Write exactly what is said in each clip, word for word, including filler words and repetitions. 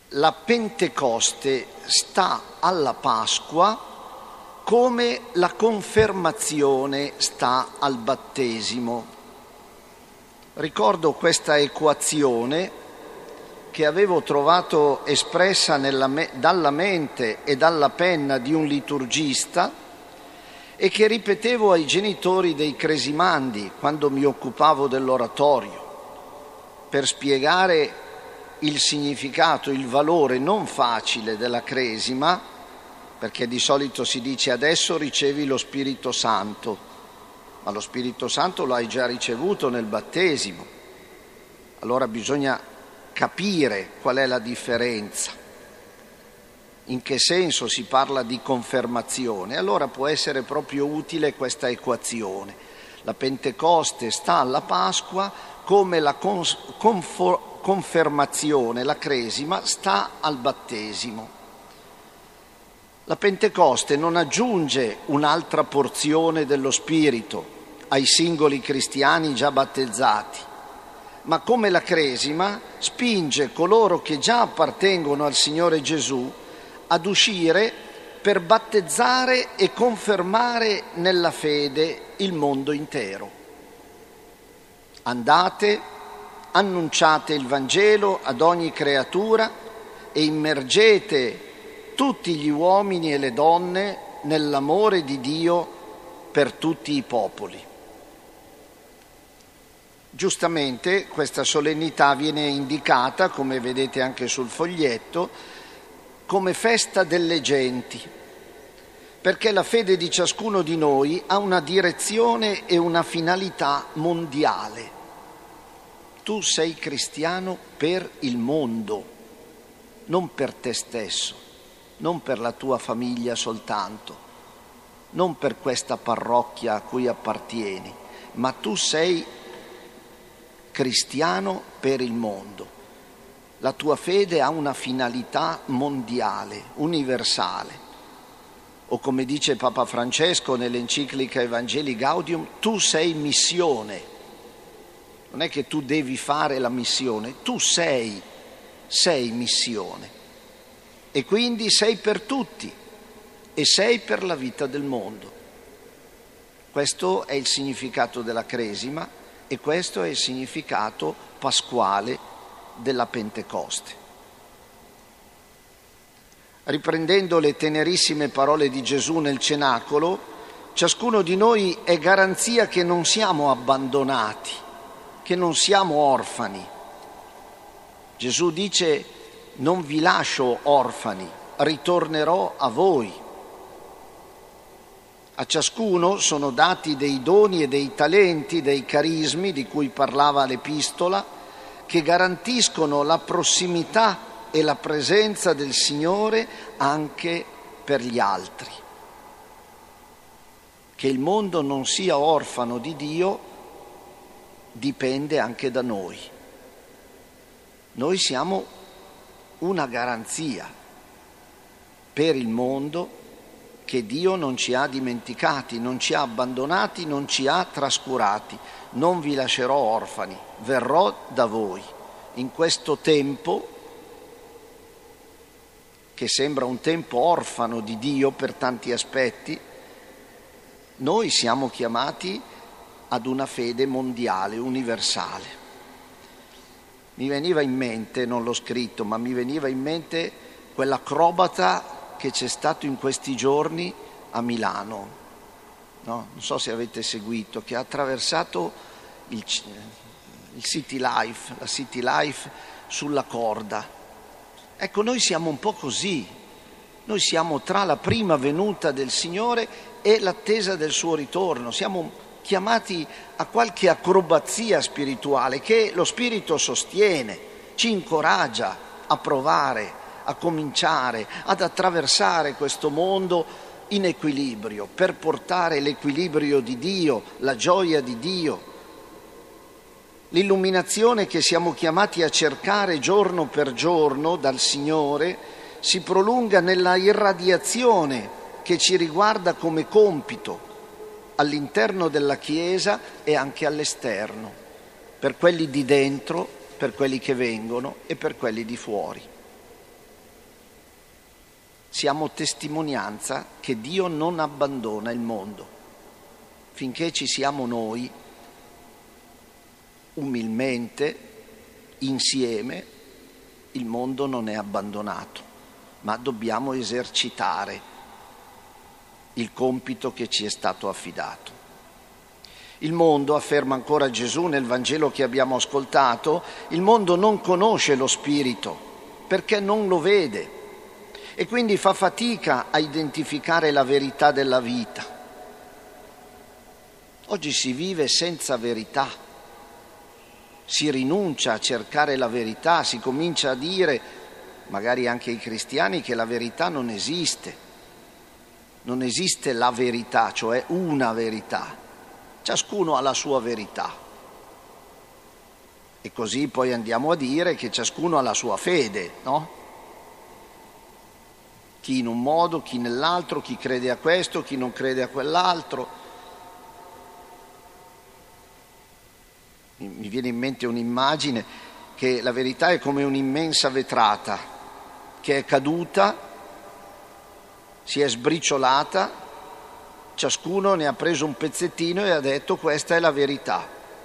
la Pentecoste sta alla Pasqua come la confermazione sta al battesimo. Ricordo questa equazione che avevo trovato espressa nella me- dalla mente e dalla penna di un liturgista e che ripetevo ai genitori dei cresimandi quando mi occupavo dell'oratorio per spiegare il significato, il valore non facile della cresima, perché di solito si dice adesso ricevi lo Spirito Santo, ma lo Spirito Santo lo hai già ricevuto nel battesimo. Allora bisogna capire qual è la differenza, in che senso si parla di confermazione. Allora può essere proprio utile questa equazione. La Pentecoste sta alla Pasqua come la cons- confor- confermazione, la cresima, sta al battesimo. La Pentecoste non aggiunge un'altra porzione dello Spirito ai singoli cristiani già battezzati, ma come la cresima spinge coloro che già appartengono al Signore Gesù ad uscire per battezzare e confermare nella fede il mondo intero. Andate, annunciate il Vangelo ad ogni creatura e immergete tutti gli uomini e le donne nell'amore di Dio per tutti i popoli. Giustamente questa solennità viene indicata, come vedete anche sul foglietto, come festa delle genti, perché la fede di ciascuno di noi ha una direzione e una finalità mondiale. Tu sei cristiano per il mondo, non per te stesso, non per la tua famiglia soltanto, non per questa parrocchia a cui appartieni, ma tu sei cristiano per il mondo. La tua fede ha una finalità mondiale, universale. O come dice Papa Francesco nell'enciclica Evangelii Gaudium, tu sei missione. Non è che tu devi fare la missione, tu sei, sei missione. E quindi sei per tutti e sei per la vita del mondo. Questo è il significato della cresima e questo è il significato pasquale della Pentecoste. Riprendendo le tenerissime parole di Gesù nel cenacolo, ciascuno di noi è garanzia che non siamo abbandonati, che non siamo orfani. Gesù dice: non vi lascio orfani, ritornerò a voi. A ciascuno sono dati dei doni e dei talenti, dei carismi di cui parlava l'Epistola, che garantiscono la prossimità e la presenza del Signore anche per gli altri. Che il mondo non sia orfano di Dio dipende anche da noi. Noi siamo una garanzia per il mondo che Dio non ci ha dimenticati, non ci ha abbandonati, non ci ha trascurati. Non vi lascerò orfani, verrò da voi. In questo tempo, che sembra un tempo orfano di Dio per tanti aspetti, noi siamo chiamati ad una fede mondiale, universale. Mi veniva in mente, non l'ho scritto, ma mi veniva in mente quell'acrobata che c'è stato in questi giorni a Milano, no? Non so se avete seguito, che ha attraversato il, il City Life, la City Life sulla corda. Ecco, noi siamo un po' così, noi siamo tra la prima venuta del Signore e l'attesa del suo ritorno, siamo chiamati a qualche acrobazia spirituale che lo Spirito sostiene, ci incoraggia a provare, a cominciare, ad attraversare questo mondo in equilibrio, per portare l'equilibrio di Dio, la gioia di Dio, l'illuminazione che siamo chiamati a cercare giorno per giorno dal Signore si prolunga nella irradiazione che ci riguarda come compito all'interno della Chiesa e anche all'esterno, per quelli di dentro, per quelli che vengono e per quelli di fuori. siamo testimonianza che Dio non abbandona il mondo. Finché ci siamo noi, umilmente, insieme, il mondo non è abbandonato, ma dobbiamo esercitare il compito che ci è stato affidato. Il mondo, afferma ancora Gesù nel Vangelo che abbiamo ascoltato, il mondo non conosce lo Spirito perché non lo vede e quindi fa fatica a identificare la verità della vita. Oggi si vive senza verità, si rinuncia a cercare la verità, si comincia a dire, magari anche ai cristiani, che la verità non esiste. Non esiste la verità, cioè una verità. Ciascuno ha la sua verità. E così poi andiamo a dire che ciascuno ha la sua fede, no? Chi in un modo, chi nell'altro, chi crede a questo, chi non crede a quell'altro. Mi viene in mente un'immagine che la verità è come un'immensa vetrata che è caduta, si è sbriciolata, ciascuno ne ha preso un pezzettino e ha detto questa è la verità.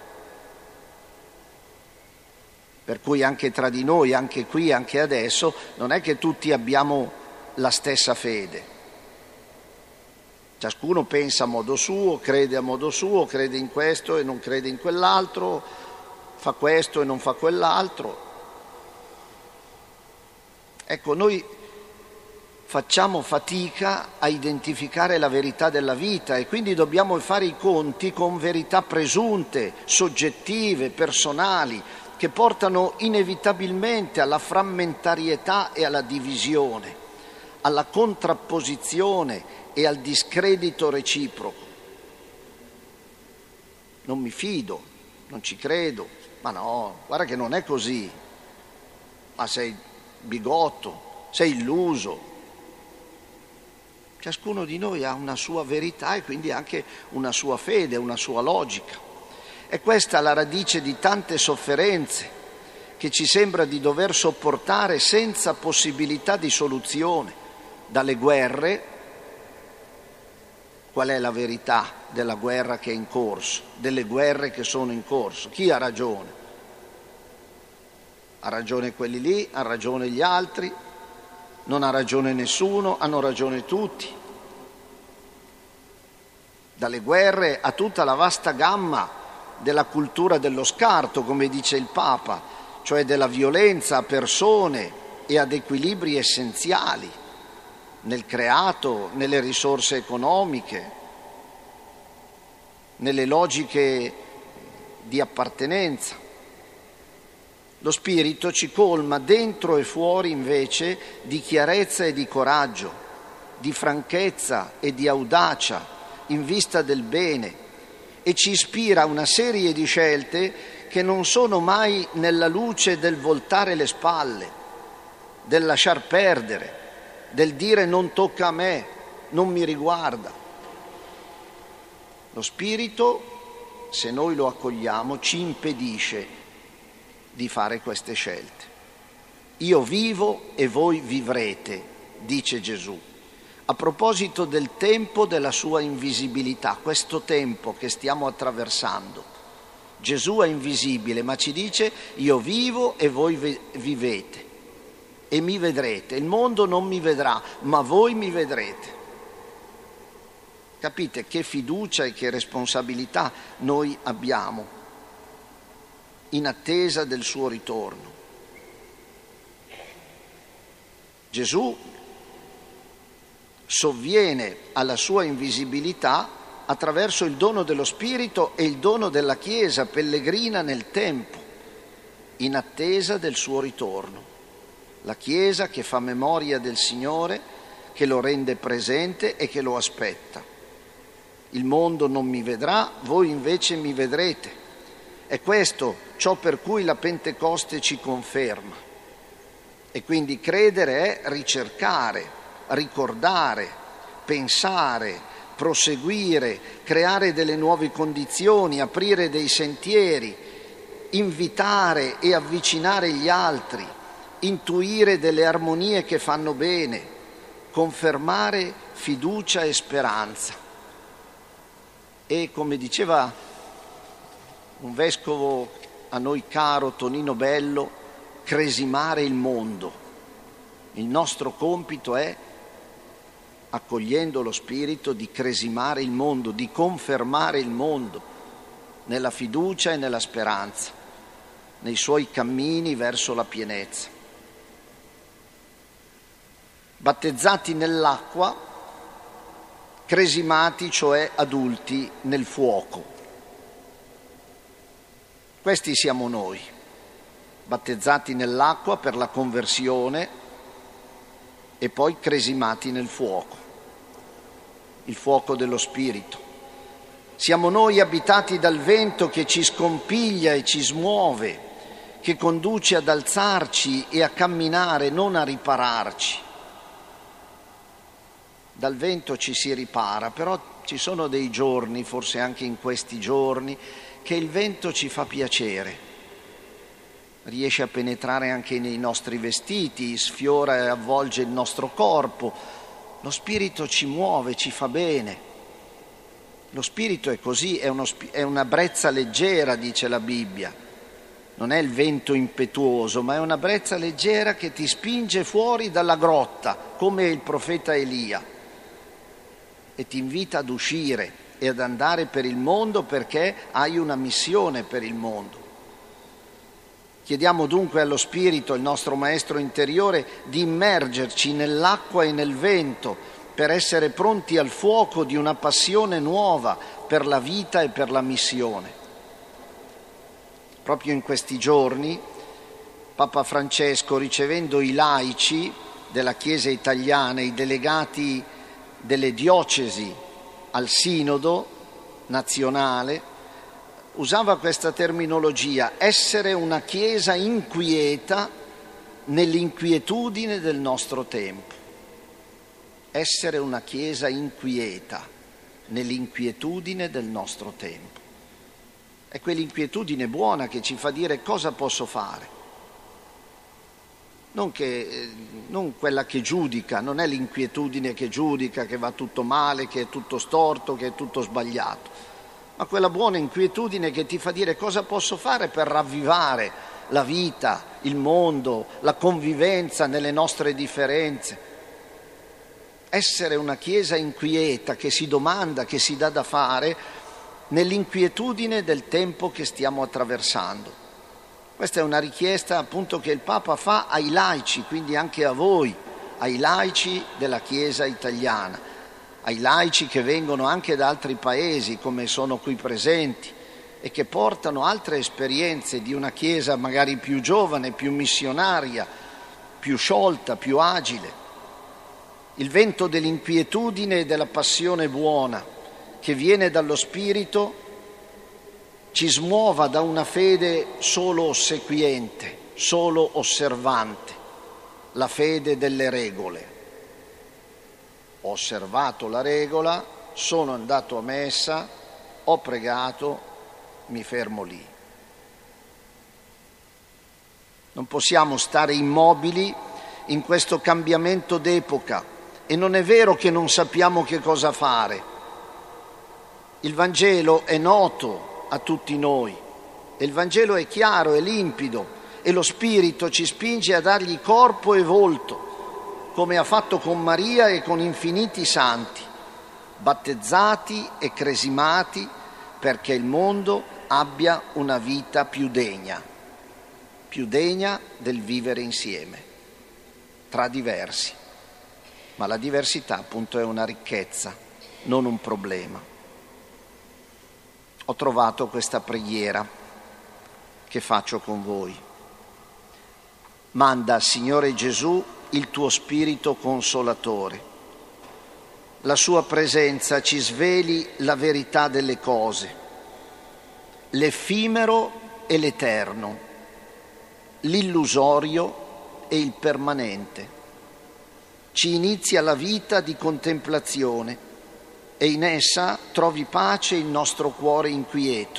Per cui anche tra di noi, anche qui, anche adesso, non è che tutti abbiamo la stessa fede. Ciascuno pensa a modo suo, crede a modo suo, crede in questo e non crede in quell'altro, fa questo e non fa quell'altro. Ecco, noi facciamo fatica a identificare la verità della vita e quindi dobbiamo fare i conti con verità presunte, soggettive, personali, che portano inevitabilmente alla frammentarietà e alla divisione, alla contrapposizione e al discredito reciproco. Non mi fido, non ci credo, ma no, guarda che non è così, ma sei bigotto, sei illuso. Ciascuno di noi ha una sua verità e quindi anche una sua fede, una sua logica. E questa è la radice di tante sofferenze che ci sembra di dover sopportare senza possibilità di soluzione, dalle guerre. Qual è la verità della guerra che è in corso, delle guerre che sono in corso? Chi ha ragione? Ha ragione quelli lì, ha ragione gli altri, non ha ragione nessuno, hanno ragione tutti. Dalle guerre a tutta la vasta gamma della cultura dello scarto, come dice il Papa, cioè della violenza a persone e ad equilibri essenziali nel creato, nelle risorse economiche, nelle logiche di appartenenza. Lo Spirito ci colma dentro e fuori invece di chiarezza e di coraggio, di franchezza e di audacia in vista del bene e ci ispira a una serie di scelte che non sono mai nella luce del voltare le spalle, del lasciar perdere, del dire non tocca a me, non mi riguarda. Lo Spirito, se noi lo accogliamo, ci impedisce di fare queste scelte. Io vivo e voi vivrete, dice Gesù, a proposito del tempo della sua invisibilità, questo tempo che stiamo attraversando. Gesù è invisibile, ma ci dice io vivo e voi vivete. E mi vedrete, il mondo non mi vedrà, ma voi mi vedrete. Capite che fiducia e che responsabilità noi abbiamo in attesa del suo ritorno. Gesù sovviene alla sua invisibilità attraverso il dono dello Spirito e il dono della Chiesa pellegrina nel tempo, in attesa del suo ritorno. La Chiesa che fa memoria del Signore, che lo rende presente e che lo aspetta. Il mondo non mi vedrà, voi invece mi vedrete. È questo ciò per cui la Pentecoste ci conferma. E quindi credere è ricercare, ricordare, pensare, proseguire, creare delle nuove condizioni, aprire dei sentieri, invitare e avvicinare gli altri, intuire delle armonie che fanno bene, confermare fiducia e speranza. E come diceva un vescovo a noi caro, Tonino Bello, cresimare il mondo. Il nostro compito è, accogliendo lo Spirito, di cresimare il mondo, di confermare il mondo nella fiducia e nella speranza, nei suoi cammini verso la pienezza. Battezzati nell'acqua, cresimati, cioè adulti, nel fuoco. Questi siamo noi, battezzati nell'acqua per la conversione e poi cresimati nel fuoco, il fuoco dello Spirito. Siamo noi abitati dal vento che ci scompiglia e ci smuove, che conduce ad alzarci e a camminare, non a ripararci. Dal vento ci si ripara, però ci sono dei giorni, forse anche in questi giorni, che il vento ci fa piacere, riesce a penetrare anche nei nostri vestiti, sfiora e avvolge il nostro corpo. Lo Spirito ci muove, ci fa bene. Lo Spirito è così, è, uno, è una brezza leggera, dice la Bibbia. Non è il vento impetuoso, ma è una brezza leggera che ti spinge fuori dalla grotta, come il profeta Elia, e ti invita ad uscire e ad andare per il mondo perché hai una missione per il mondo. Chiediamo dunque allo Spirito, il nostro Maestro interiore, di immergerci nell'acqua e nel vento per essere pronti al fuoco di una passione nuova per la vita e per la missione. Proprio in questi giorni Papa Francesco, ricevendo i laici della Chiesa italiana, i delegati delle diocesi al Sinodo nazionale, usava questa terminologia: essere una Chiesa inquieta nell'inquietudine del nostro tempo. Essere una Chiesa inquieta nell'inquietudine del nostro tempo. È quell'inquietudine buona che ci fa dire cosa posso fare. Non, che, non quella che giudica, non è l'inquietudine che giudica, che va tutto male, che è tutto storto, che è tutto sbagliato, ma quella buona inquietudine che ti fa dire cosa posso fare per ravvivare la vita, il mondo, la convivenza nelle nostre differenze. Essere una Chiesa inquieta che si domanda, che si dà da fare nell'inquietudine del tempo che stiamo attraversando. Questa è una richiesta appunto che il Papa fa ai laici, quindi anche a voi, ai laici della Chiesa italiana, ai laici che vengono anche da altri paesi come sono qui presenti e che portano altre esperienze di una Chiesa magari più giovane, più missionaria, più sciolta, più agile. Il vento dell'inquietudine e della passione buona che viene dallo Spirito ci smuova da una fede solo ossequiente, solo osservante, la fede delle regole. Ho osservato la regola, sono andato a messa, ho pregato, mi fermo lì. Non possiamo stare immobili in questo cambiamento d'epoca e non è vero che non sappiamo che cosa fare. Il Vangelo è noto a tutti noi e il Vangelo è chiaro, è limpido e lo Spirito ci spinge a dargli corpo e volto, come ha fatto con Maria e con infiniti santi, battezzati e cresimati perché il mondo abbia una vita più degna, più degna del vivere insieme, tra diversi. Ma la diversità appunto è una ricchezza, non un problema. Ho trovato questa preghiera che faccio con voi. Manda, Signore Gesù, il tuo Spirito Consolatore. La sua presenza ci sveli la verità delle cose, l'effimero e l'eterno, l'illusorio e il permanente. Ci inizia la vita di contemplazione e in essa trovi pace il nostro cuore inquieto.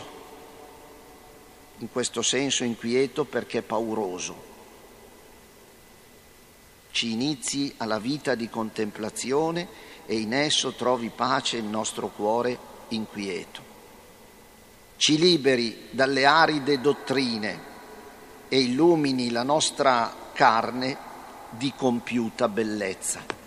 In questo senso inquieto perché pauroso. ci inizi alla vita di contemplazione e in esso trovi pace il nostro cuore inquieto. Ci liberi dalle aride dottrine e illumini la nostra carne di compiuta bellezza.